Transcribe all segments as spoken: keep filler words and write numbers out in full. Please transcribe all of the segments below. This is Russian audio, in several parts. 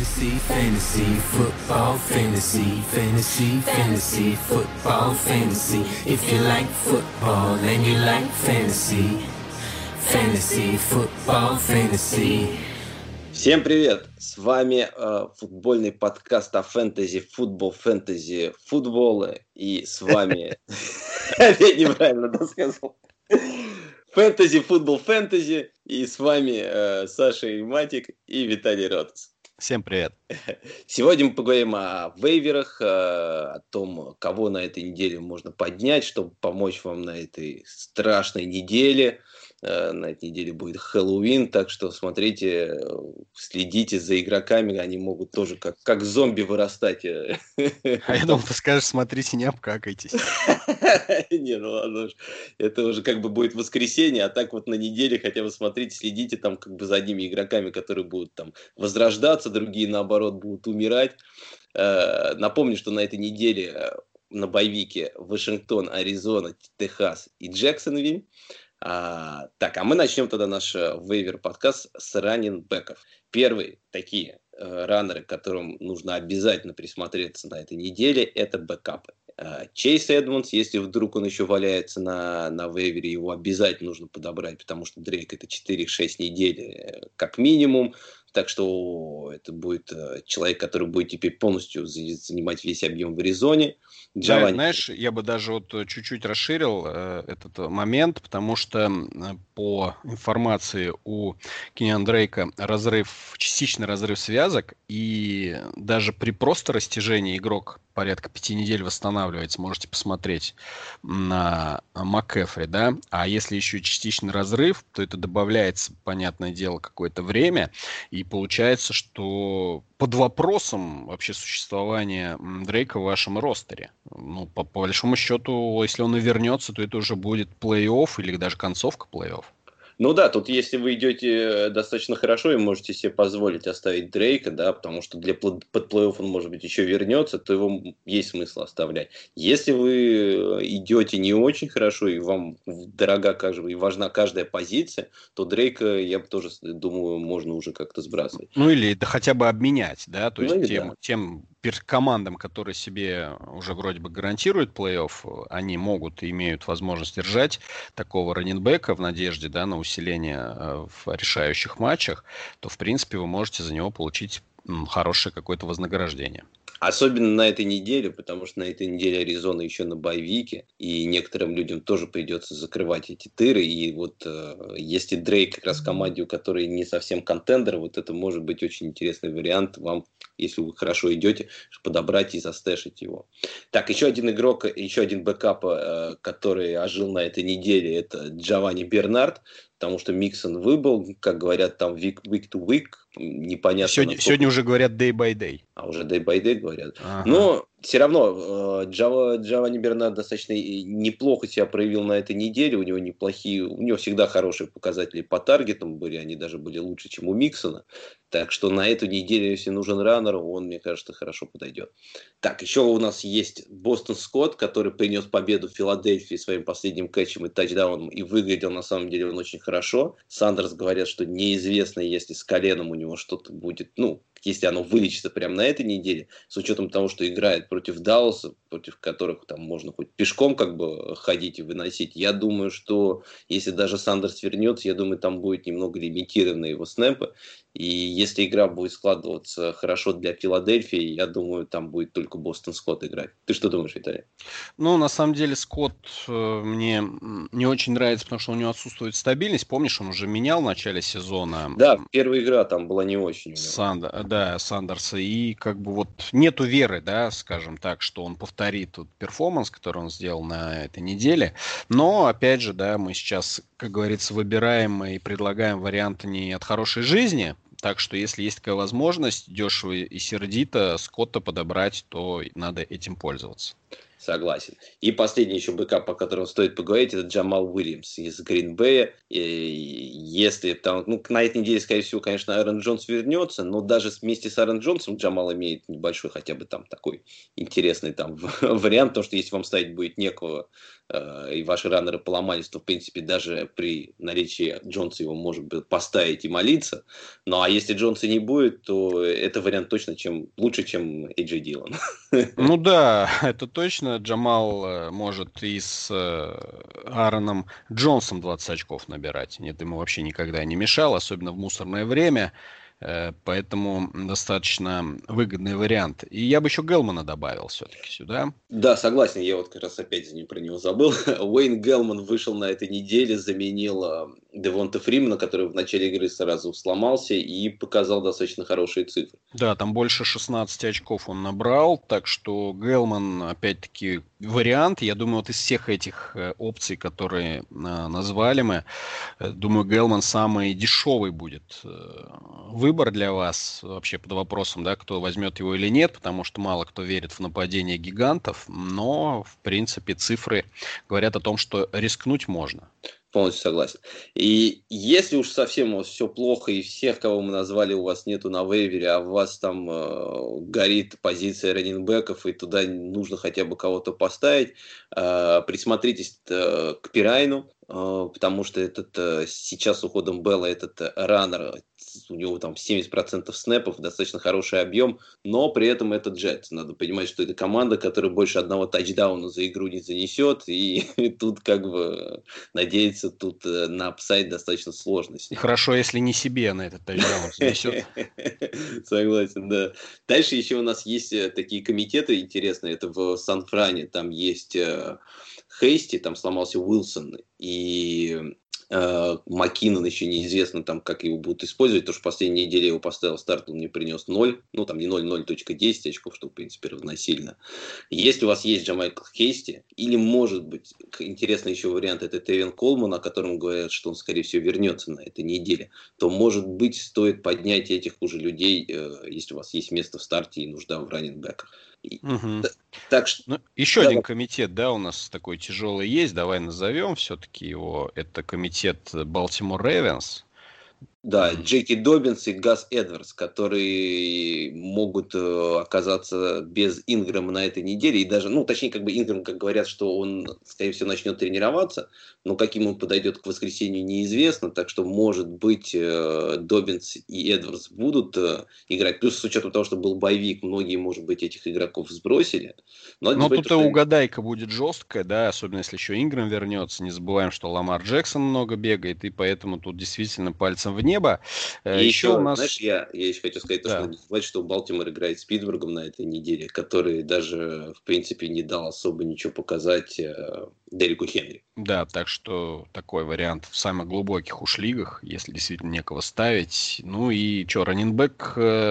Fantasy, fantasy, football, fantasy, fantasy, fantasy, football, fantasy. If you like football and you like fantasy, fantasy, football, fantasy. Всем привет! С вами э, футбольный подкаст о фэнтези, футбол, фэнтези, футболы. И с вами... Опять неправильно досказал. Фэнтези, футбол, фэнтези. И с вами э, Саша Ильматик и Виталий Ротас. Всем привет. Сегодня мы поговорим о вейверах, о том, кого на этой неделе можно поднять, чтобы помочь вам на этой страшной неделе. На этой неделе будет Хэллоуин, так что смотрите, следите за игроками, они могут тоже как, как зомби вырастать. А я думал, ты скажешь, смотрите, не обкакайтесь. Не, ну ладно, это уже как бы будет воскресенье, а так вот на неделе хотя бы смотрите, следите там как бы за одними игроками, которые будут там возрождаться, другие наоборот будут умирать. Напомню, что на этой неделе на боевике Вашингтон, Аризона, Техас и Джексонвилл. А, так, а мы начнем тогда наш вейвер-подкаст с раннинбеков. Первые такие э, раннеры, которым нужно обязательно присмотреться на этой неделе, это бэкапы. Э, Чейз Эдмондс, если вдруг он еще валяется на, на вейвере, его обязательно нужно подобрать, потому что Дрейк это четыре-шесть недель э, как минимум. Так что это будет э, человек, который будет теперь полностью занимать весь объем в Аризоне. Джованни... Знаешь, я бы даже вот чуть-чуть расширил э, этот момент, потому что э, по информации у Кениан Дрейка разрыв, частичный разрыв связок, и даже при просто растяжении игрок порядка пяти недель восстанавливается. Можете посмотреть на МакКэфри, да. А если еще частичный разрыв, то это добавляется, понятное дело, какое-то время, и получается, что под вопросом вообще существование Дрейка в вашем ростере. Ну, по, по большому счету, если он и вернется, то это уже будет плей-офф или даже концовка плей-офф. Ну да, тут если вы идете достаточно хорошо и можете себе позволить оставить Дрейка, да, потому что для под плей-офф он, может быть, еще вернется, то его есть смысл оставлять. Если вы идете не очень хорошо и вам дорога каждая, и важна каждая позиция, то Дрейка, я бы тоже думаю, можно уже как-то сбрасывать. Ну или да хотя бы обменять, да, то есть ну, тем, да. тем командам, которые себе уже вроде бы гарантируют плей-офф, они могут и имеют возможность держать такого раннинбека в надежде, да, на усиление в решающих матчах, то, в принципе, вы можете за него получить хорошее какое-то вознаграждение. Особенно на этой неделе, потому что на этой неделе Аризона еще на боевике, и некоторым людям тоже придется закрывать эти тыры. И вот э, если Дрейк как раз в команде, у которой не совсем контендер, вот это может быть очень интересный вариант вам, если вы хорошо идете, подобрать и застэшить его. Так, еще один игрок, еще один бэкап, э, который ожил на этой неделе, это Джованни Бернард. Потому что Миксон выбыл, как говорят, там week, week to week, непонятно. Сегодня, сегодня уже говорят day by day. А уже day by day говорят. Ага. Но все равно Джава, Джованни Бернард достаточно неплохо себя проявил на этой неделе. У него неплохие, у него всегда хорошие показатели по таргетам были, они даже были лучше, чем у Миксона. Так что на эту неделю, если нужен раннер, он, мне кажется, хорошо подойдет. Так, еще у нас есть Бостон Скотт, который принес победу в Филадельфии своим последним кэтчем и тачдауном, и выглядел на самом деле он очень хорошо. Сандерс говорят, что неизвестно, если с коленом у него что-то будет, ну, если оно вылечится прямо на этой неделе, с учетом того, что играет против Далласа, против которых там можно хоть пешком как бы ходить и выносить, я думаю, что если даже Сандерс вернется, я думаю, там будет немного лимитированы его снэпы. И если игра будет складываться хорошо для Филадельфии, я думаю, там будет только Бостон Скотт играть. Ты что думаешь, Виталий? Ну, на самом деле, Скотт э, мне не очень нравится, потому что у него отсутствует стабильность. Помнишь, он уже менял в начале сезона. Да, первая игра там была не очень у него. Санда, да, Сандерса. И как бы вот нету веры, да, скажем так, что он повторит тот перформанс, который он сделал на этой неделе. Но, опять же, да, мы сейчас, как говорится, выбираем и предлагаем варианты не от хорошей жизни. Так что, если есть такая возможность дешево и сердито Скотта подобрать, то надо этим пользоваться. Согласен. И последний еще бэкап, по которому стоит поговорить, это Джамал Уильямс из Грин-Бэя. Если там, ну, на этой неделе, скорее всего, конечно, Аарон Джонс вернется, но даже вместе с Аароном Джонсом Джамал имеет небольшой хотя бы там такой интересный там вариант, потому что если вам ставить будет некого, и ваши раннеры поломались, то, в принципе, даже при наличии Джонса его может быть поставить и молиться. Ну, а если Джонса не будет, то это вариант точно чем, лучше, чем Эй Джей Дилан. Ну да, это точно. Джамал может и с Аароном Джонсом двадцать очков набирать. Нет, ему вообще никогда не мешал, особенно в мусорное время. Поэтому достаточно выгодный вариант. И я бы еще Гелмана добавил все-таки сюда. Да, согласен. Я вот как раз опять за ним про него забыл. Уэйн Гелман вышел на этой неделе, заменил Девонта Фримена, который в начале игры сразу сломался и показал достаточно хорошие цифры. Да, там больше шестнадцать очков он набрал, так что Гелман, опять-таки, вариант. Я думаю, вот из всех этих опций, которые назвали мы, думаю, Гелман самый дешевый будет выбор для вас вообще под вопросом, да, кто возьмет его или нет, потому что мало кто верит в нападение гигантов, но, в принципе, цифры говорят о том, что рискнуть можно. Полностью согласен. И если уж совсем у вас все плохо, и всех, кого мы назвали, у вас нету на вейвере, а у вас там э, горит позиция раннинбеков, и туда нужно хотя бы кого-то поставить, э, присмотритесь э, к Пирайну, э, потому что этот э, сейчас с уходом Белла этот э, раннер, у него там семьдесят процентов снэпов, достаточно хороший объем, но при этом это Джетс. Надо понимать, что это команда, которая больше одного тачдауна за игру не занесет, и, и тут как бы надеяться тут на апсайд достаточно сложно. И хорошо, если не себе на этот тачдаун занесет. Согласен, да. Дальше еще у нас есть такие комитеты интересные. Это в Сан-Фране, там есть Хейсти, там сломался Уилсон, и Маккинон еще неизвестно, там, как его будут использовать, потому что в последней неделе я его поставил в старт, он мне принес ноль, ну там не ноль, ноль целых десять очков, что в принципе равносильно. Если у вас есть Джамайкл Хейсти, или может быть интересный еще вариант, это Тевин Колман, о котором говорят, что он скорее всего вернется на этой неделе, то может быть стоит поднять этих уже людей, если у вас есть место в старте и нужда в раннинбеках. Угу. Так что... Ну, еще да, один комитет, да, у нас такой тяжелый есть, давай назовем все-таки его, это комитет Baltimore Ravens. Да, Джеки Доббинс и Газ Эдвардс, которые могут э, оказаться без Инграма на этой неделе. И даже, ну, точнее, как бы Инграм, как говорят, что он, скорее всего, начнет тренироваться, но каким он подойдет к воскресенью, неизвестно. Так что, может быть, э, Доббинс и Эдвардс будут э, играть. Плюс, с учетом того, что был боевик, многие, может быть, этих игроков сбросили. Но, но тут что... угадайка будет жесткая, да, особенно если еще Инграм вернется. Не забываем, что Ламар Джексон много бегает, и поэтому тут действительно пальцем в небо. И еще, еще, у нас... знаешь, я, я еще хочу сказать, то, да. что надо не забывать, что Балтимор играет с Питтсбургом на этой неделе, который даже, в принципе, не дал особо ничего показать э, Дереку Хенри. Да, так что такой вариант в самых глубоких уж лигах, если действительно некого ставить. Ну и что, раннинбэк,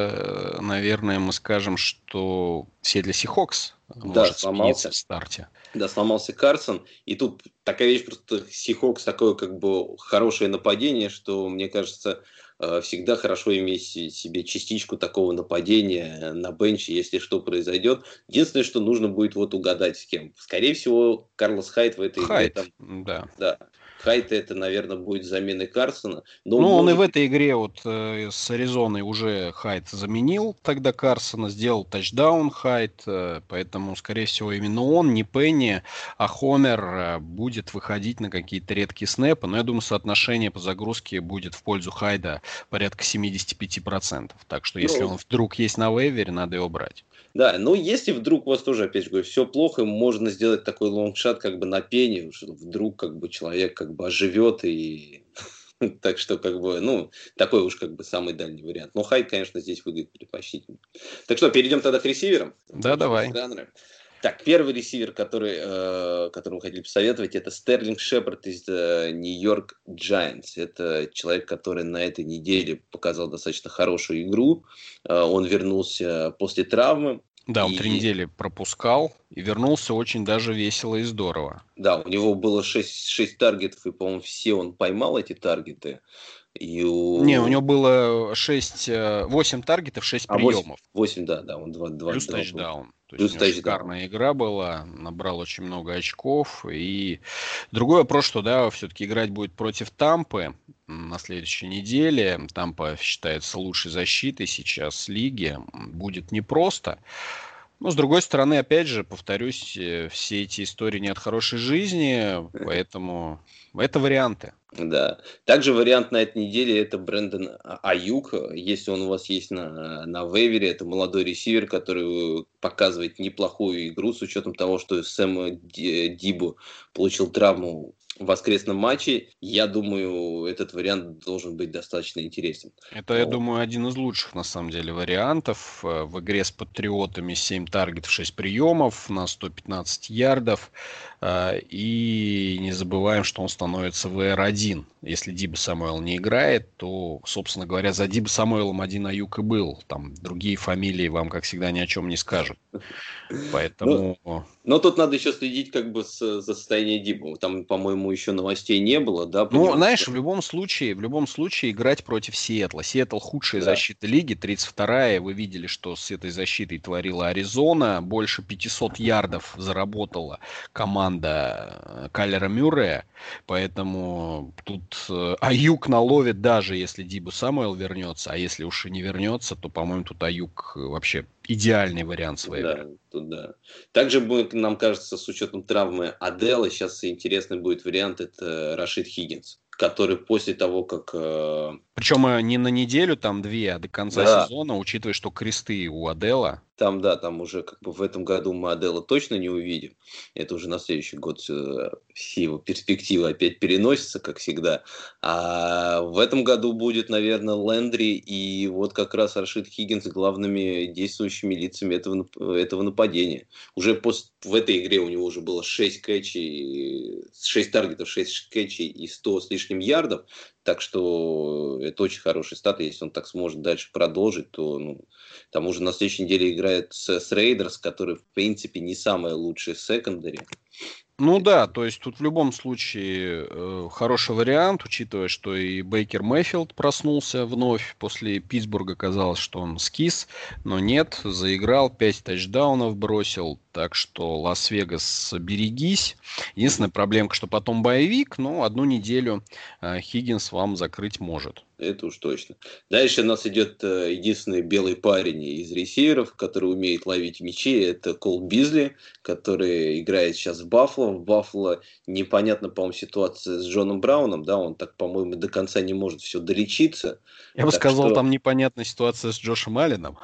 э, наверное, мы скажем, что Сиэтл Сихокс да, может сломался в старте. Да, сломался Карсон. И тут такая вещь, просто Сихокс такое как бы хорошее нападение, что, мне кажется, всегда хорошо иметь себе частичку такого нападения на бенче, если что произойдет. Единственное, что нужно будет вот угадать с кем. Скорее всего, Карлос Хайд в этой Хайд, игре. Там, да. да. Хайд это, наверное, будет заменой Карсона. Но ну, он может... и в этой игре вот э, с Аризоной уже Хайд заменил тогда Карсона, сделал тачдаун Хайд, э, поэтому, скорее всего, именно он, не Пенни, а Хомер э, будет выходить на какие-то редкие снэпы. Но я думаю, соотношение по загрузке будет в пользу Хайда порядка семьдесят пять процентов. Так что, если ну... он вдруг есть на вейвере, надо его брать. Да, но если вдруг у вас тоже, опять же говорю, все плохо, можно сделать такой лонгшот как бы на пенни, что вдруг как бы человек как бы оживет и... Так что, как бы, ну, такой уж как бы самый дальний вариант. Но Хайд, конечно, здесь выглядит предпочтительно. Так что, перейдем тогда к ресиверам. Да, давай. Так, первый ресивер, который, э, которого хотели посоветовать, это Стерлинг Шепард из Нью-Йорк Giants. Это человек, который на этой неделе показал достаточно хорошую игру. Э, он вернулся после травмы. Да, он и... три недели пропускал и вернулся очень даже весело и здорово. Да, у него было шесть, шесть таргетов, и, по-моему, все он поймал эти таргеты. И у... Не, у него было шесть, восемь таргетов, шесть а, приемов. восемь, да, да, он два, два, Плюс два, тачдаун. То есть плюс у него тачдаун. шикарная игра была, набрал очень много очков. И другой вопрос, что да, все-таки играть будет против Тампы на следующей неделе. Тампа считается лучшей защитой сейчас лиги. Будет непросто. Но, с другой стороны, опять же, повторюсь, э, все эти истории не от хорошей жизни, поэтому это варианты. Да. Также вариант на этой неделе — это Брэндон А- Аюк. Если он у вас есть на, на вейвере, это молодой ресивер, который показывает неплохую игру с учетом того, что Сэм Ди- Дибу получил травму в воскресном матче. Я думаю, этот вариант должен быть достаточно интересен. Это, я Вот. думаю, один из лучших, на самом деле, вариантов. Э, В игре с Патриотами семь таргетов, шесть приемов на сто пятнадцать ярдов. Э, И не забываем, что он становится вэ эр один. Если Диба Самуэл не играет, то, собственно говоря, за Диба Самуэлом один Аюк и был. Там другие фамилии вам, как всегда, ни о чем не скажут. Ну, Поэтому... но тут надо еще следить как бы с- за состоянием Диба. Там, по-моему, еще новостей не было, да, по Ну, нему? знаешь, в любом случае, в любом случае играть против Сиэтла. Сиэтл худшая Да. защита лиги, тридцать вторая. Вы видели, что с этой защитой творила Аризона. Больше пятьсот ярдов заработала команда э, Кайлера Мюррея. Поэтому тут э, Аюк наловит, даже если Дибу Самуэл вернется. А если уж и не вернется, то, по-моему, тут Аюк э, вообще идеальный вариант с вейвера. Да, тут да. Также будет, нам кажется, с учетом травмы Адела, сейчас интересный будет вариант, это Рашид Хиггинс, который после того, как... э, Причем э, не на неделю, там две, а до конца Да. сезона, учитывая, что кресты у Адела. Там, да, там уже как бы в этом году мы Адела точно не увидим. Это уже на следующий год э, все его перспективы опять переносятся, как всегда. А в этом году будет, наверное, Лендри и вот как раз Рашид Хиггинс главными действующими лицами этого, нап- этого нападения. Уже после, в этой игре у него уже было шесть кэчей, шесть таргетов, шесть кэчей и сто с лишним ярдов. Так что это очень хороший стат. Если он так сможет дальше продолжить, то ну, там уже на следующей неделе играет с, с Рейдерс, который, в принципе, не самый лучший секондари. Ну да, то есть тут в любом случае э, хороший вариант, учитывая, что и Бейкер Мэйфилд проснулся вновь после Питтсбурга, казалось, что он скис, но нет, заиграл, пять тачдаунов бросил, так что Лас-Вегас, берегись. Единственная проблемка, что потом боевик, но одну неделю э, Хиггинс вам закрыть может. Это уж точно. Дальше у нас идет э, единственный белый парень из ресиверов, который умеет ловить мячи. Это Кол Бизли, который играет сейчас в Баффало. В Баффало непонятно, по-моему, ситуация с Джоном Брауном. Да, он так, по-моему, до конца не может все долечиться. Я бы Так сказал, что- там непонятная ситуация с Джошем Алленом.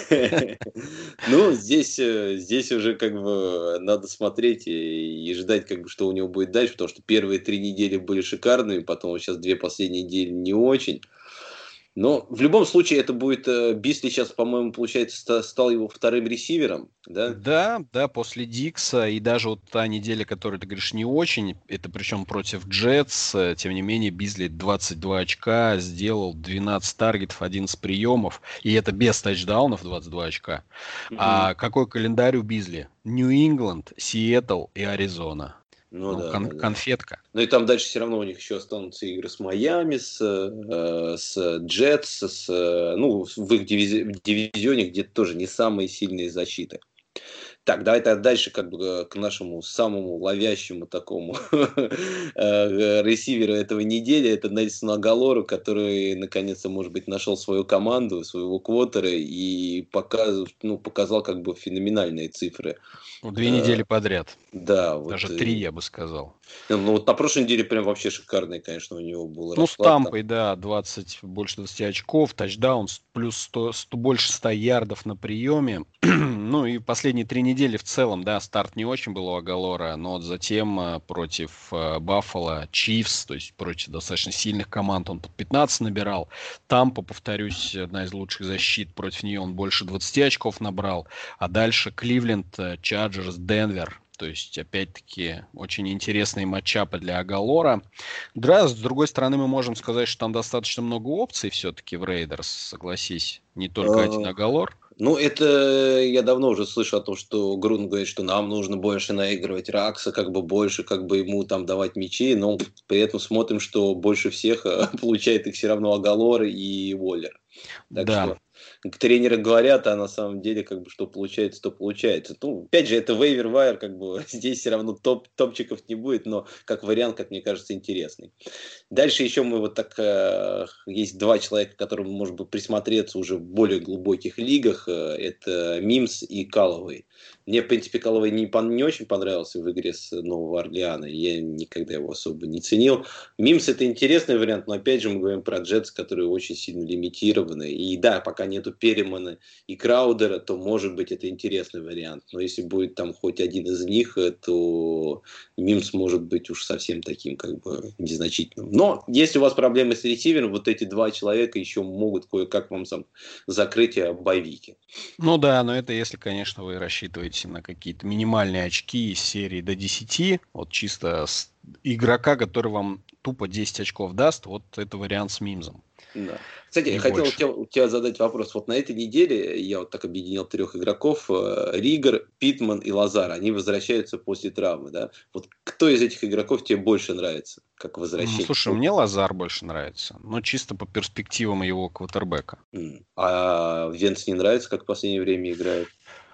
Ну, здесь, э, здесь уже как бы надо смотреть и, и ждать, как бы, что у него будет дальше, потому что первые три недели были шикарными, потом вот сейчас две последние недели не очень. Но в любом случае это будет... э, Бисли сейчас, по-моему, получается, ста- стал его вторым ресивером, да? Да, да, после Дикса и даже вот та неделя, которую ты говоришь, не очень, это причем против Джетс, э, тем не менее Бизли двадцать два очка, сделал двенадцать таргетов, одиннадцать приемов, и это без тачдаунов двадцать два очка. А какой календарь у Бизли? Нью-Ингланд, Сиэтл и Аризона. Ну, Ну, да, кон- да, да. конфетка. Ну и там дальше все равно у них еще останутся игры с Майами, с, э, с Джетс, с, э, ну, в их дивизи- в дивизионе, где тоже не самые сильные защиты. Так, давай тогда дальше как бы к нашему самому ловящему такому э, ресиверу этого недели. Это Нельсон Агалору, который наконец-то, может быть, нашел свою команду, своего квотера и показ, ну, показал как бы феноменальные цифры. Ну, Две Э, недели подряд. Да, вот. Даже э, три, я бы сказал. Ну вот на прошлой неделе прям вообще шикарный, конечно, у него был Ну, с расклад. там. Тампой, да, двадцать, больше двадцати очков, тачдаун, с- плюс сто, сто больше ста ярдов на приеме. Ну, и последние три недели в целом, да, старт не очень был у Агалора, но вот затем э, против э, Баффало, Чифс, то есть против достаточно сильных команд он под пятнадцать набирал. Тампа, повторюсь, одна из лучших защит, против нее он больше двадцати очков набрал. А дальше Кливленд, э, Чарджерс, Денвер. То есть, опять-таки, очень интересные матчапы для Агалора. Да, с другой стороны, мы можем сказать, что там достаточно много опций все-таки в Рейдерс, согласись. Не только один А, Агалор. Ну, это я давно уже слышу о том, что Грун говорит, что нам нужно больше наигрывать Ракса, как бы больше, как бы ему там давать мячи, но при этом смотрим, что больше всех получает их все равно Агалор и Уоллер. Так Да. что тренеры говорят, а на самом деле, как бы, что получается, то получается. Ну, опять же, это вейвер вайер, как бы, здесь все равно топ, топчиков не будет, но как вариант, как мне кажется, интересный. Дальше еще мы вот так, э, есть два человека, к которым, может быть, присмотреться уже в более глубоких лигах, э, это Мимс и Калловей. Мне, в принципе, Калловей не, не очень понравился в игре с Нового Орлеана, я никогда его особо не ценил. Мимс это интересный вариант, но опять же мы говорим про Джетс, которые очень сильно лимитированы. И да, пока нету Перримана и Краудера, то может быть это интересный вариант. Но если будет там хоть один из них, то Мимс может быть уж совсем таким как бы незначительным. Но если у вас проблемы с ресивером, вот эти два человека еще могут кое-как вам сам закрыть боевики. Ну да, но это если, конечно, вы рассчитываете на какие-то минимальные очки из серии до десяти, вот чисто с игрока, который вам тупо десять очков даст, вот это вариант с Мимзом. Да. Кстати, Не я хотел у больше. тебя, у тебя задать вопрос. Вот на этой неделе я вот так объединил трех игроков. э, Ригер, Питман и Лазар. Они возвращаются после травмы. Да? Вот кто из этих игроков тебе больше нравится, как М, возвращение? Слушай, мне Лазар больше нравится, но чисто по перспективам его квотербека. М. А Венц не нравится, как в последнее время играет?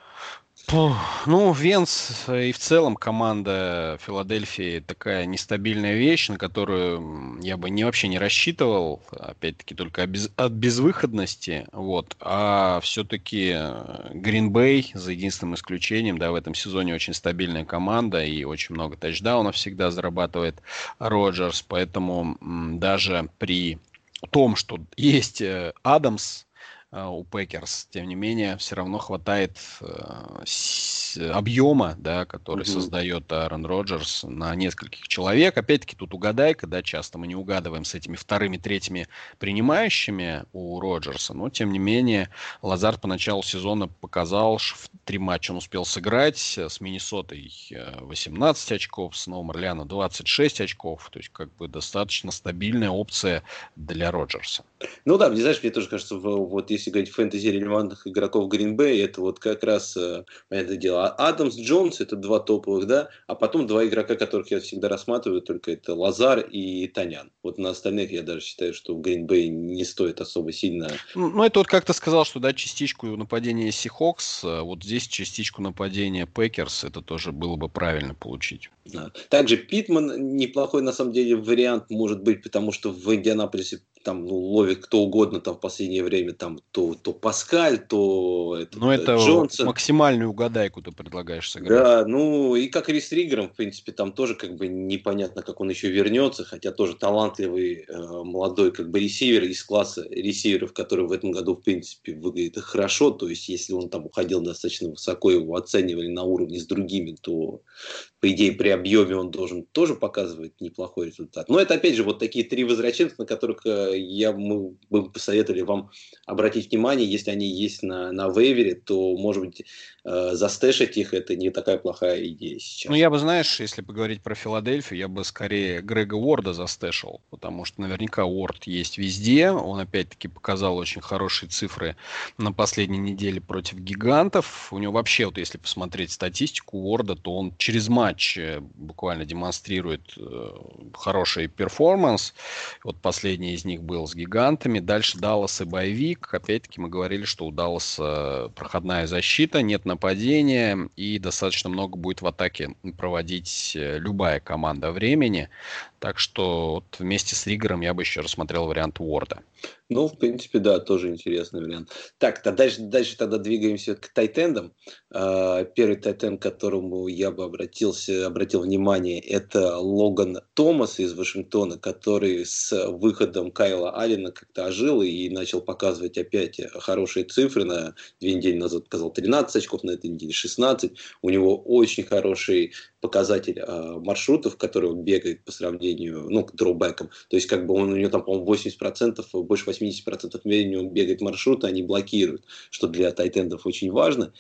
Пух, Ну, Венс э, и в целом команда Филадельфии такая нестабильная вещь, на которую м, я бы не, вообще не рассчитывал, опять-таки только от без- от безвыходности, вот, а все-таки Грин-Бей, за единственным исключением, да, в этом сезоне очень стабильная команда и очень много тачдаунов всегда зарабатывает Роджерс, поэтому м, даже при том, что есть э, Адамс, э, у Пекерс, тем не менее, все равно хватает э, с- объема, да, который Мгм. создает Аарон Роджерс на нескольких человек. Опять-таки тут угадайка, да, часто мы не угадываем с этими вторыми, третьими принимающими у Роджерса, но тем не менее Лазард по началу сезона показал, что в три матча он успел сыграть, э, с Миннесотой э, восемнадцать очков, с Новым Орлеаном двадцать шесть очков, то есть как бы достаточно стабильная опция для Роджерса. Ну да, мне, знаешь, мне тоже кажется, в- вот если говорить фэнтези релевантных игроков Green Bay, это вот как раз, э, понятное дело, А- Адамс, Джонс, это два топовых, да, а потом два игрока, которых я всегда рассматриваю, только это Лазар и Танян. Вот на остальных я даже считаю, что в Green Bay не стоит особо сильно. Ну, ну, это вот как ты сказал, что да, частичку нападения Сихокс, вот здесь частичку нападения Пекерс, это тоже было бы правильно получить. Да. Также Питман неплохой на самом деле вариант может быть, потому что в Индианаполисе там ну, ловит кто угодно там в последнее время, там то, то Паскаль, то этот Но э, это Джонсон. максимальную угадайку ты предлагаешь сыграть. Да, ну и как Рис Ригером, в принципе, там тоже как бы непонятно, как он еще вернется, хотя тоже талантливый э, молодой как бы ресивер из класса ресиверов, который в этом году, в принципе, выглядит хорошо, то есть если он там уходил достаточно высоко, его оценивали на уровне с другими, то по идее, при объеме он должен тоже показывать неплохой результат. Но это, опять же, вот такие три возвращенца, на которых э, я, мы бы посоветовали вам обратить внимание. Если они есть на, на вейвере, то, может быть, э, застэшить их – это не такая плохая идея Ну, сейчас. я бы, знаешь, если поговорить про Филадельфию, я бы скорее Грега Уорда застэшил, потому что наверняка Уорд есть везде. Он, опять-таки, показал очень хорошие цифры на последней неделе против гигантов. У него вообще, вот если посмотреть статистику Уорда, то он через матч э, буквально демонстрирует э, хороший перформанс. Вот последний из них был с гигантами. Дальше Даллас и Боевик. Опять-таки мы говорили, что у Далласа проходная защита, нет нападения и достаточно много будет в атаке проводить э, любая команда времени. Так что вот вместе с Ригером я бы еще рассмотрел вариант Уорда. Ну, в принципе, да, тоже интересный вариант. Так, то дальше, дальше тогда двигаемся к тайтендам. А, Первый тайтенд, к которому я бы обратился, обратил внимание, это Логан Томас из Вашингтона, который с выходом Кайла Аллена как-то ожил и начал показывать опять хорошие цифры. На две недели назад показал тринадцать очков, на этой неделе шестнадцать. У него очень хороший показатель э, маршрутов, которые он бегает по сравнению, ну, к дроубекам. То есть, как бы он, у него там, по-моему, восемьдесят процентов, больше восемьдесят процентов времени он бегает маршруты, они блокируют, что для тайтендов очень важно.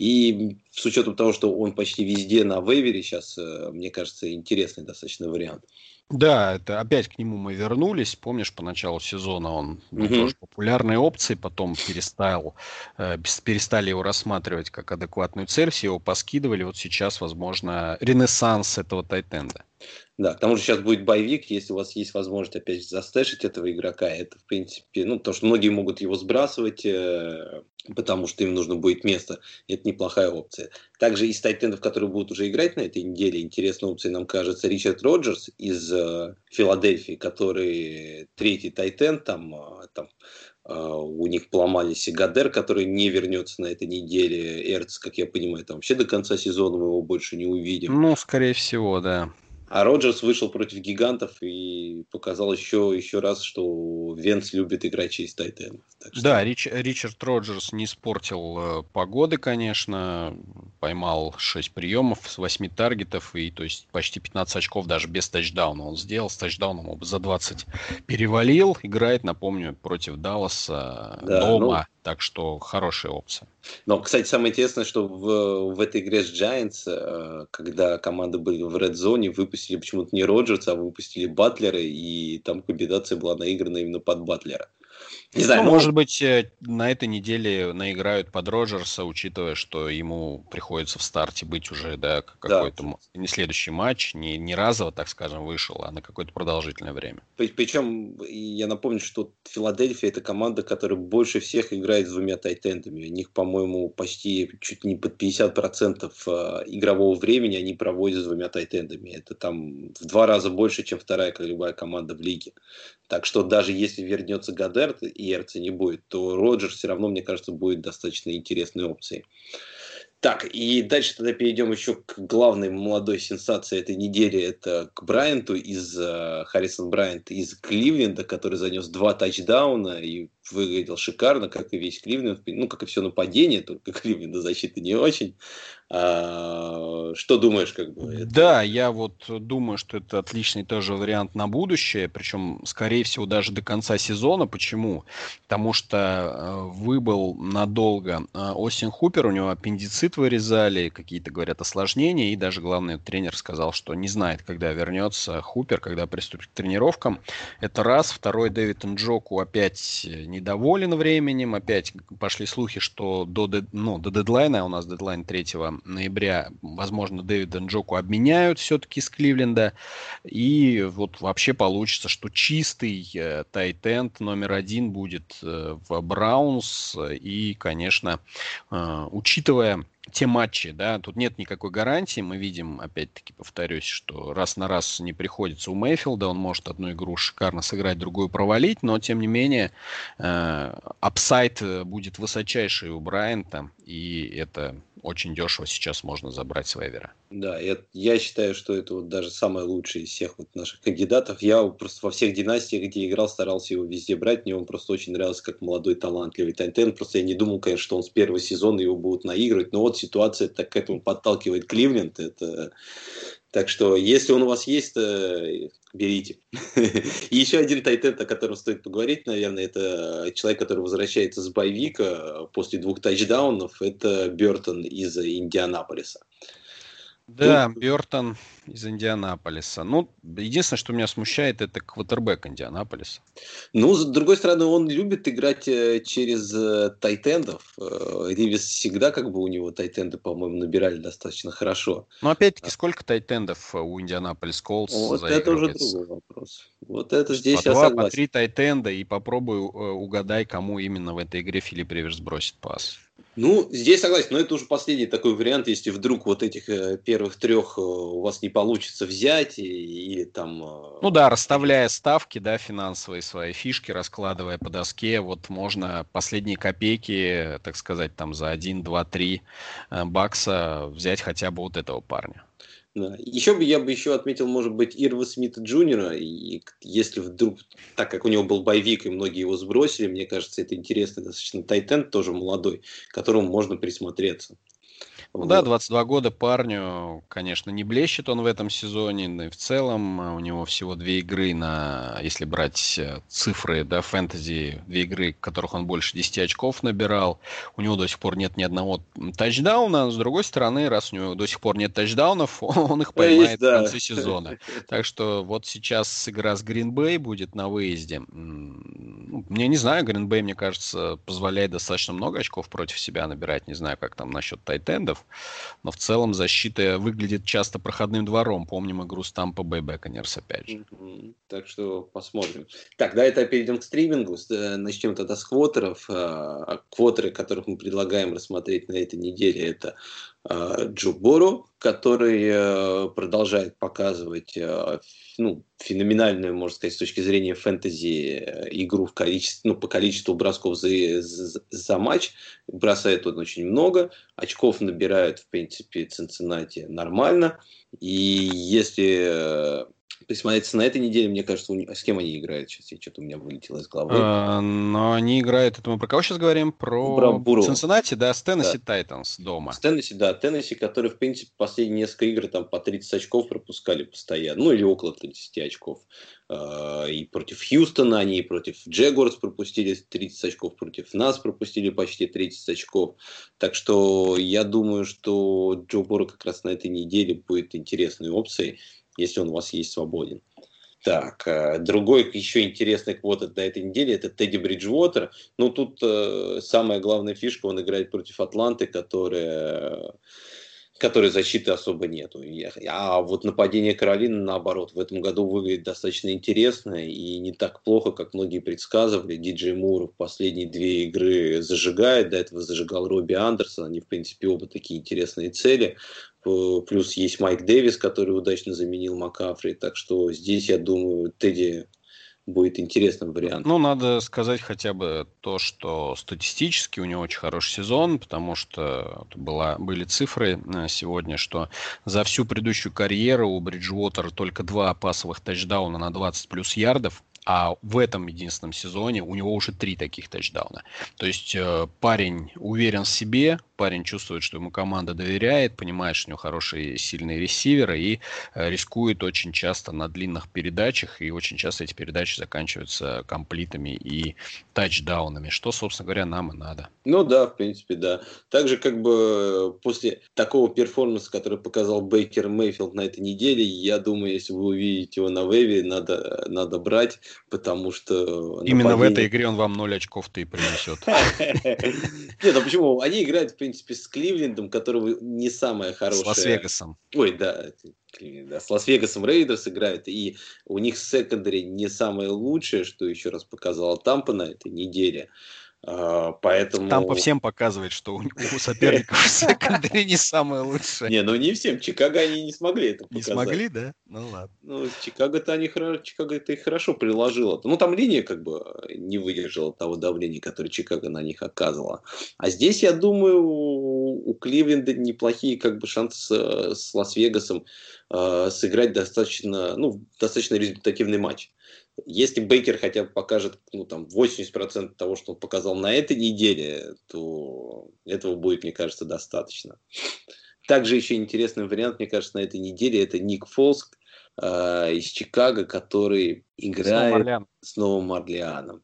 И с учетом того, что он почти везде на вейвере сейчас, э, мне кажется, интересный достаточно вариант. Да, это опять к нему мы вернулись. Помнишь, по началу сезона он был Угу. тоже популярной опцией, потом перестал, э, бес- перестали его рассматривать как адекватную цель, все его поскидывали. Вот сейчас, возможно, ренессанс этого тайтенда. Да, к тому же сейчас будет боевик, если у вас есть возможность опять же застэшить этого игрока, это в принципе, ну, потому что многие могут его сбрасывать, э, потому что им нужно будет место, это неплохая опция. Также из тайтендов, которые будут уже играть на этой неделе, интересной опцией нам кажется Ричард Роджерс из э, Филадельфии, который третий тайтенд, там, э, там э, у них поломались и Гадер, который не вернется на этой неделе, Эрц, как я понимаю, там вообще до конца сезона мы его больше не увидим. Ну, скорее всего, да. А Роджерс вышел против гигантов и показал еще, еще раз, что Венц любит играть через тайтендов. Так что... Да, Рич- Ричард Роджерс не испортил э, погоды, конечно. Поймал шесть приемов с восьми таргетов. И то есть почти пятнадцать очков даже без тачдауна он сделал. С тачдауном он за двадцать перевалил. Играет, напомню, против Далласа Да, ну, дома. Так что хорошая опция. но, кстати, самое интересное, что в, в этой игре с Giants, э, когда команды были в Red Zone, выпустили почему-то не Роджерса, а выпустили Батлера, и там комбинация была наиграна именно под Батлера. Не знаю, Ну, ну, может быть, э, на этой неделе наиграют под Роджерса, учитывая, что ему приходится в старте быть уже, да, к- да. какой-то м- не следующий матч, не, не разово, так скажем, вышел, а на какое-то продолжительное время. Причем я напомню, что Филадельфия это команда, которая больше всех играет с двумя тайтендами. У них, по-моему, почти чуть не под пятьдесят процентов игрового времени они проводят с двумя тайтендами. Это там в два раза больше, чем вторая как любая команда в лиге. Так что даже если вернется Гадер и Эрца не будет, то Роджерс все равно, мне кажется, будет достаточно интересной опцией. Так, и дальше тогда перейдем еще к главной молодой сенсации этой недели. Это к Брайанту из э, Харрисон Брайант из Кливленда, который занес два тачдауна и выглядел шикарно, как и весь Кливленд. Ну, как и все нападение, только Кливленда защита не очень. А, что думаешь, как бы это? Да, я вот думаю, что это отличный тоже вариант на будущее, причем, скорее всего, даже до конца сезона. Почему? Потому что э, выбыл надолго э, Остин Хупер, у него аппендицит вырезали, какие-то, говорят, осложнения, и даже главный тренер сказал, что не знает, когда вернется Хупер, когда приступит к тренировкам. Это раз. Второй, Дэвид Нджоку опять недоволен временем, опять пошли слухи, что до, дед- ну, до дедлайна, а у нас дедлайн третьего ноября, возможно, Дэвида Нджоку обменяют все-таки с Кливленда. И вот вообще получится, что чистый э, тайтенд номер один будет э, в Браунс. И, конечно, э, учитывая те матчи, да, тут нет никакой гарантии. Мы видим, опять-таки, повторюсь, что раз на раз не приходится у Мейфилда. Он может одну игру шикарно сыграть, другую провалить, но, тем не менее, э, апсайд будет высочайший у Брайанта, и это очень дешево сейчас можно забрать с вейвера. Да, я, я считаю, что это вот даже самый лучший из всех вот наших кандидатов. Я просто во всех династиях, где играл, старался его везде брать. Мне он просто очень нравился как молодой талантливый тайтенд. Просто я не думал, конечно, что он с первого сезона его будут наигрывать. Но вот ситуация так к этому подталкивает Кливленд. Это... Так что, если он у вас есть, то берите. И еще один тайтенд, о котором стоит поговорить, наверное, это человек, который возвращается с боевика после двух тачдаунов. Это Бертон из Индианаполиса. Тут, Да, Бертон из Индианаполиса. Ну, единственное, что меня смущает, это квотербек Индианаполиса. ну, с другой стороны, он любит играть э, через э, тайтендов. Э, Ривис всегда, как бы, у него тайтенды, по-моему, набирали достаточно хорошо. Но опять-таки, сколько тайтендов у Индианаполис Колтс Вот это уже заигрывается? другой вопрос. Вот это То есть по здесь я два, по согласен. три тайтенда, и попробуй э, угадай, кому именно в этой игре Филипп Риверс бросит пас. Ну, здесь согласен, но это уже последний такой вариант, если вдруг вот этих э, первых трех э, у вас не получится взять, и- или там... Ну э, да, расставляя ставки, да, финансовые свои фишки, раскладывая по доске, вот можно последние копейки, так сказать, там за один, два, три э, бакса взять хотя бы вот этого парня. Да. Еще бы я бы еще отметил, может быть, Ирва Смита Джуниора. И если вдруг, так как у него был боевик, и многие его сбросили, мне кажется, это интересный достаточно тайтенд, тоже молодой, к которому можно присмотреться. Ну да, двадцать два года парню, конечно, не блещет он в этом сезоне, но и в целом у него всего две игры на, если брать цифры, да, фэнтези, две игры, в которых он больше десяти очков набирал. У него до сих пор нет ни одного тачдауна, но с другой стороны, раз у него до сих пор нет тачдаунов, он их поймает Есть, да. в конце сезона. Так что вот сейчас игра с Green Bay будет на выезде. Мне не знаю, Green Bay, мне кажется, позволяет достаточно много очков против себя набирать. Не знаю, как там насчет тайтендов. Но в целом защита выглядит часто проходным двором. Помним игру с Tampa Bay Buccaneers, опять же. Mm-hmm. Так что посмотрим. Так, давай это перейдем к стримингу. Начнем тогда с квотеров. Квотеры, которых мы предлагаем рассмотреть на этой неделе, это Джо Бурроу, который продолжает показывать ну, феноменальную, можно сказать, с точки зрения фэнтези игру в количестве, ну, по количеству бросков за, за, за матч. Бросает он очень много. Очков набирают, в принципе, Цинциннати нормально. И если присмотреться на этой неделе, мне кажется, у них... с кем они играют? Сейчас я что-то у меня вылетело из головы. А, но они играют, это мы про кого сейчас говорим? Про, про Цинциннати, да, с Теннесси Тайтанс дома. С Теннесси, да, Теннесси, которые, в принципе, последние несколько игр там по тридцать очков пропускали постоянно, ну или около тридцати очков. И против Хьюстона они, и против Джегуарс пропустили тридцать очков, против нас пропустили почти тридцать очков. Так что я думаю, что Джо Бурроу как раз на этой неделе будет интересной опцией, если он у вас есть свободен. Так, другой еще интересный квота на этой неделе — это Тедди Бриджвотер. Ну, тут э, самая главная фишка, он играет против Атланты, которая, которой защиты особо нету. А вот нападение Каролины, наоборот, в этом году выглядит достаточно интересно и не так плохо, как многие предсказывали. Диджей Мур в последние две игры зажигает, до этого зажигал Робби Андерсон. Они, в принципе, оба такие интересные цели. Плюс есть Майк Дэвис, который удачно заменил Маккафри. Так что здесь, я думаю, Тедди будет интересным вариантом. Ну, надо сказать хотя бы то, что статистически у него очень хороший сезон, потому что была, были цифры сегодня, что за всю предыдущую карьеру у Бриджвотера только два пасовых тачдауна на двадцать плюс ярдов. А в этом единственном сезоне у него уже три таких тачдауна. То есть э, парень уверен в себе, парень чувствует, что ему команда доверяет, понимает, что у него хорошие сильные ресиверы и э, рискует очень часто на длинных передачах. И очень часто эти передачи заканчиваются комплитами и тачдаунами, что, собственно говоря, нам и надо. Ну да, в принципе, да. Также как бы после такого перформанса, который показал Бейкер Мейфилд на этой неделе, я думаю, если вы увидите его на вейве, надо, надо брать. Потому что... Именно нападение... в этой игре он вам ноль очков-то и принесет. Нет, ну почему? Они играют, в принципе, с Кливлендом, которого не самая хорошая... С Лас-Вегасом. Ой, да, да, с Лас-Вегасом Рейдерс играют, и у них секондари не самое лучшее, что еще раз показала Тампа на этой неделе. Поэтому... Тампа всем показывает, что у, у соперников секондари не самое лучшее. Не, ну не всем. Чикаго они не смогли это показать. Не смогли, да? Ну ладно. Ну, Чикаго-то они Чикаго-то их хорошо приложило. Ну, там линия как бы не выдержала того давления, которое Чикаго на них оказывала. А здесь, я думаю, у Кливленда неплохие как бы шансы с Лас-Вегасом э, сыграть достаточно, ну, достаточно результативный матч. Если Бейкер хотя бы покажет ну, там, восемьдесят процентов того, что он показал на этой неделе, то этого будет, мне кажется, достаточно. Также еще интересный вариант, мне кажется, на этой неделе это Ник Фолс э, из Чикаго, который играет с Новым Орлеаном.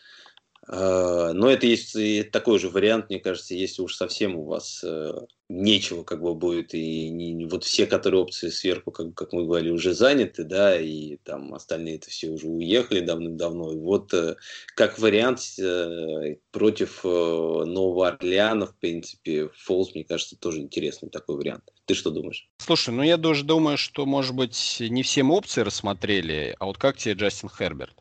Э, но это есть и такой же вариант, мне кажется, если уж совсем у вас э, нечего как бы будет, и не, вот все, которые опции сверху, как, как мы говорили, уже заняты, да, и там остальные-то все уже уехали давным-давно. И вот э, как вариант э, против э, Нового Орлеана, в принципе, Фолс, мне кажется, тоже интересный такой вариант. Ты что думаешь? Слушай, ну я даже думаю, что, может быть, не всем опции рассмотрели, а вот как тебе Джастин Херберт?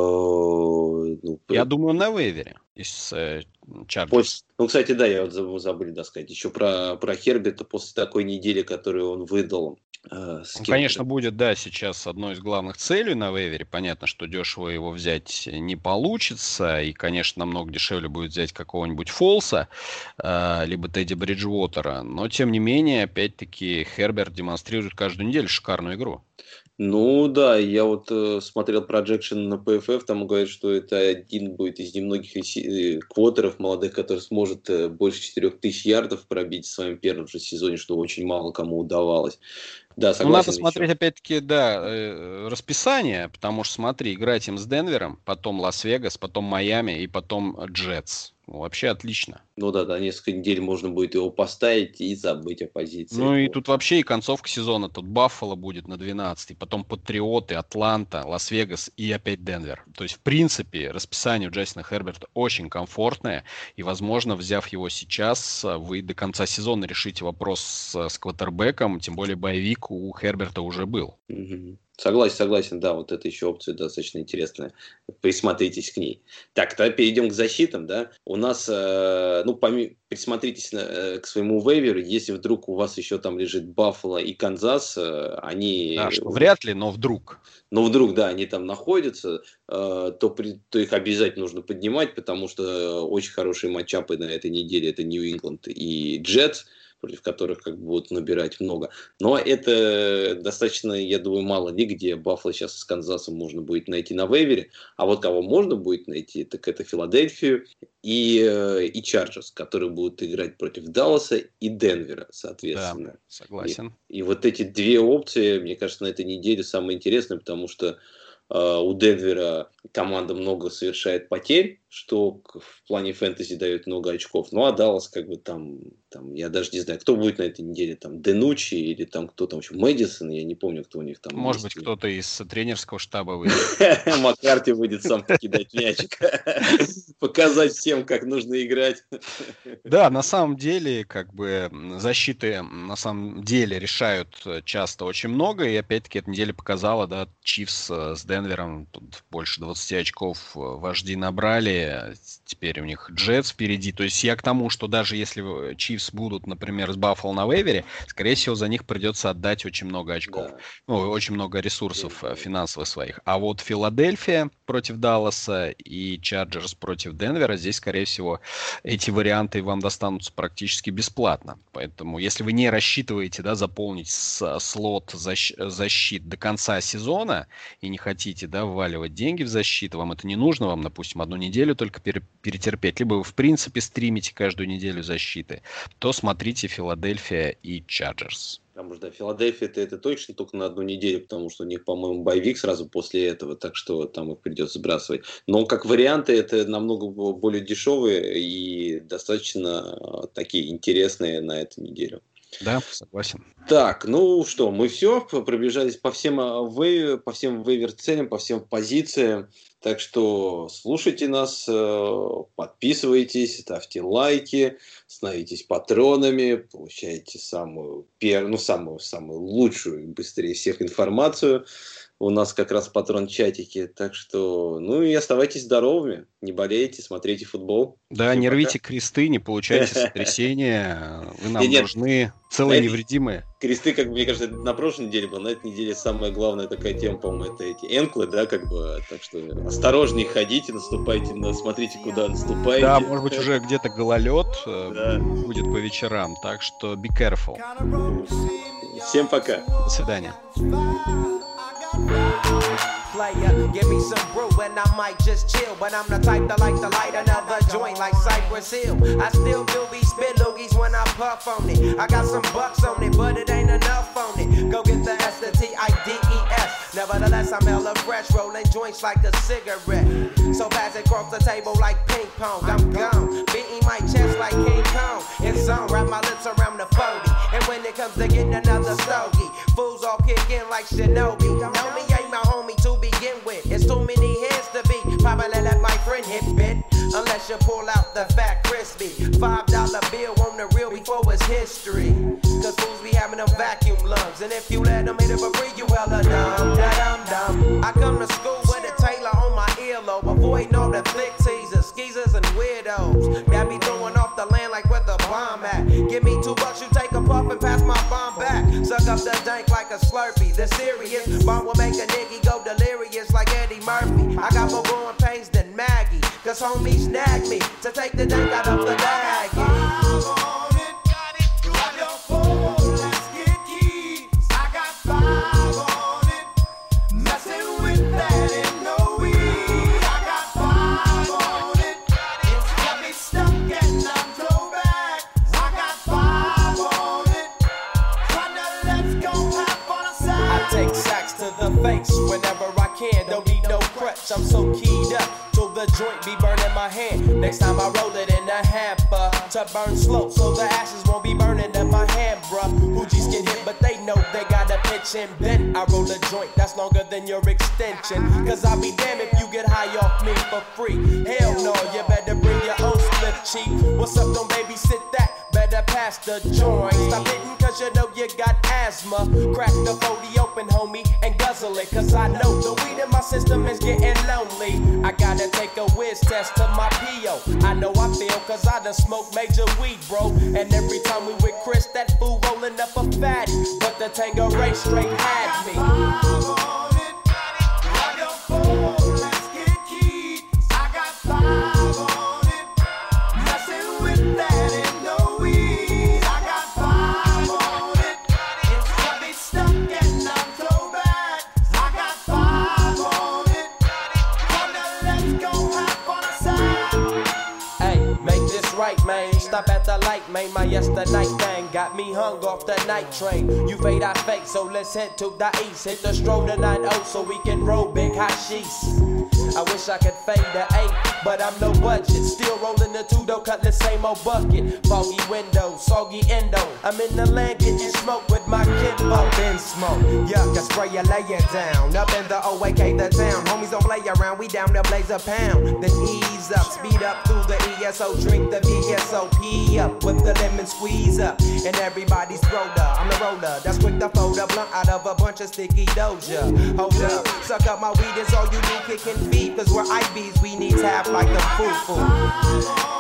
Ну, я думаю, на вейвере из э, Чарджерс. Ну, кстати, да, я вот забыл, забыли да, сказать еще про, про Херберта после такой недели, которую он выдал. Э, он, конечно, будет, да, сейчас одной из главных целей на вейвере. Понятно, что дешево его взять не получится, и, конечно, намного дешевле будет взять какого-нибудь Фолса, э, либо Тедди Бриджвотера. Но, тем не менее, опять-таки, Херберт демонстрирует каждую неделю шикарную игру. Ну да, я вот э, смотрел projection на пи эф эф, там говорят, что это один будет из немногих реси- э, квотеров молодых, который сможет э, больше четырех тысяч ярдов пробить в своем первом же сезоне, что очень мало кому удавалось. Да, Ну, надо согласен смотреть, еще. опять-таки, да, э, расписание, потому что, смотри, играть им с Денвером, потом Лас-Вегас, потом Майами и потом Джетс. Ну, вообще отлично. Ну да, да, несколько недель можно будет его поставить и забыть о позиции. Ну и Вот. тут вообще и концовка сезона. Тут Баффало будет на двенадцатый, потом Патриоты, Атланта, Лас-Вегас и опять Денвер. То есть, в принципе, расписание у Джастина Херберта очень комфортное. И, возможно, взяв его сейчас, вы до конца сезона решите вопрос с, с квотербеком. Тем более боевик у Херберта уже был. Мгм. Согласен, согласен, да, вот эта еще опция достаточно интересная. Присмотритесь к ней. Так, тогда перейдем к защитам, да. У нас, э, ну, поми- присмотритесь на, э, к своему вейверу, если вдруг у вас еще там лежит Баффало и Канзас, э, они... Да, что вряд ли, но вдруг. Но вдруг, да, они там находятся, э, то, при, то их обязательно нужно поднимать, потому что очень хорошие матчапы на этой неделе. Это Нью-Ингланд и Джетс, против которых как бы будут набирать много. Но это достаточно, я думаю, мало ли, где Баффало сейчас с Канзасом можно будет найти на вейвере. А вот кого можно будет найти, так это Филадельфию и, и Чарджерс, которые будут играть против Далласа и Денвера, соответственно. Да, согласен. И, и вот эти две опции, мне кажется, на этой неделе самые интересные, потому что Uh, у Денвера команда много совершает потерь, что в плане фэнтези дает много очков. Ну, а Даллас, как бы там, там, я даже не знаю, кто будет на этой неделе, там, Денучи или там кто там еще, Мэдисон, я не помню, кто у них там. Может есть. быть, кто-то из тренерского штаба выйдет. Маккарти будет сам покидать мячик, показать всем, как нужно играть. Да, на самом деле, как бы, защиты на самом деле решают часто очень много, и опять-таки эта неделя показала, да, Чифс с Денвером, тут больше двадцать очков вожди набрали, теперь у них Джетс впереди, то есть я к тому, что даже если Чифс будут, например, с Баффало на вейвере, скорее всего, за них придется отдать очень много очков, да. Ну, очень много ресурсов да. финансовых своих, а вот Филадельфия против Далласа и Чарджерс против Денвера, здесь, скорее всего, эти варианты вам достанутся практически бесплатно, поэтому если вы не рассчитываете, да, заполнить с, слот защ, защит до конца сезона и не хотите, да, вваливать деньги в защиту, вам это не нужно, вам, допустим, одну неделю только пере, перетерпеть, либо вы, в принципе, стримите каждую неделю защиты, то смотрите Филадельфия и Чарджерс. Потому что да, Филадельфия-то это точно только на одну неделю, потому что у них, по-моему, боевик сразу после этого, так что там их придется сбрасывать. Но как варианты это намного более дешевые и достаточно такие интересные на эту неделю. Да, согласен. Так, ну что, мы все пробежались по всем вейвер, по всем вейвер-целям, по всем позициям. Так что слушайте нас, подписывайтесь, ставьте лайки, становитесь патронами, получаете самую первую, ну, самую, самую лучшую и быстрее всех информацию. У нас как раз патрон-чатики, так что, ну и оставайтесь здоровыми, не болейте, смотрите футбол. Да, Всем не пока. Рвите кресты, не получайте сотрясения, вы нам нет, нужны целые нет, невредимые. Кресты, как мне кажется, на прошлой неделе было, на этой неделе самая главная такая тема, по-моему, это эти энклы, да, как бы, так что осторожнее ходите, наступайте, смотрите, куда наступаете. Да, может быть, уже где-то гололед да. будет по вечерам, так что be careful. Всем пока. До свидания. Player, give me some brew and I might just chill. But I'm the type that like to light another joint like Cypress Hill. I still do be spit loogies when I puff on it. I got some bucks on it, but it ain't enough on it. Go get the S, the T I D E S. Nevertheless, I'm hella fresh, rolling joints like a cigarette. So pass it across the table like ping pong. I'm gone, beating my chest like King Kong. It's on, wrap my lips around the forty. And when it comes to getting another stogie, fools all kick in like Shinobi. Know me ain't my homie to begin with. It's too many heads to be. Probably let my friend hit bit. Unless you pull out the fat crispy five dollar bill on the real before it's history. Cause fools be having them vacuum lungs. And if you let them hit it for free, you hella dumb, da-dum dum. I come to school with a Taylor on my earlobe. Avoiding all the flick teasers, skeezers and weirdos. Got me throwing off the land like where the bomb at. Give me two bucks, you take a puff and pass my bomb back. Suck up the dank like a Slurpee. The serious bomb will make a nigga go delirious like Eddie Murphy. I got more growing pains than Maggie. Cause homies snagged me to take the dank out of the bag. Five on it, got it, grab your phone, let's get keys. I got five on it. I'm so keyed up. So the joint be burning my hand. Next time I roll it in a hamper to burn slow, so the ashes won't be burning in my hand, bruh. Hoogies get hit, but they know they gotta pitch and bend. I roll a joint that's longer than your extension. Cause I'll be damned if you get high off me for free. Hell no, you better bring your own split, cheap. What's up, don't babysit that? Better pass the joint. Stop hitting cause you know you got asthma. Crack the forty open, homie, and guzzle it. Cause I know the weed in my system is getting lonely. I gotta take a whiz test to my P O. I know I feel cause I done smoked major weed, bro. And every time we with Chris, that fool rolling up a fatty. But the Tangeray straight had me. Man, stop at the light, man. My yesterday thing got me hung off the night train. You fade, I fake, so let's head to the east. Hit the stroll to nine oh so we can roll big hashish. I wish I could fade the eight, but I'm no budget. Still rolling the two, though, cut the same old bucket. Foggy window, soggy endo. I'm in the land getting smoke with my kid. Up in smoke, yuck, I spray you, lay it down. Up in the O A K, the town. Homies don't play around, we down to blaze a pound. Then ease up, speed up through the E S O. Drink the V S O P up with the lemon squeeze up. And everybody's roller, I'm the roller. That's quick to fold a blunt out of a bunch of sticky doja. Hold up, suck up my weed, is all you do, kicking feet. Cause we're I Bs, we need tap like a foo-foo.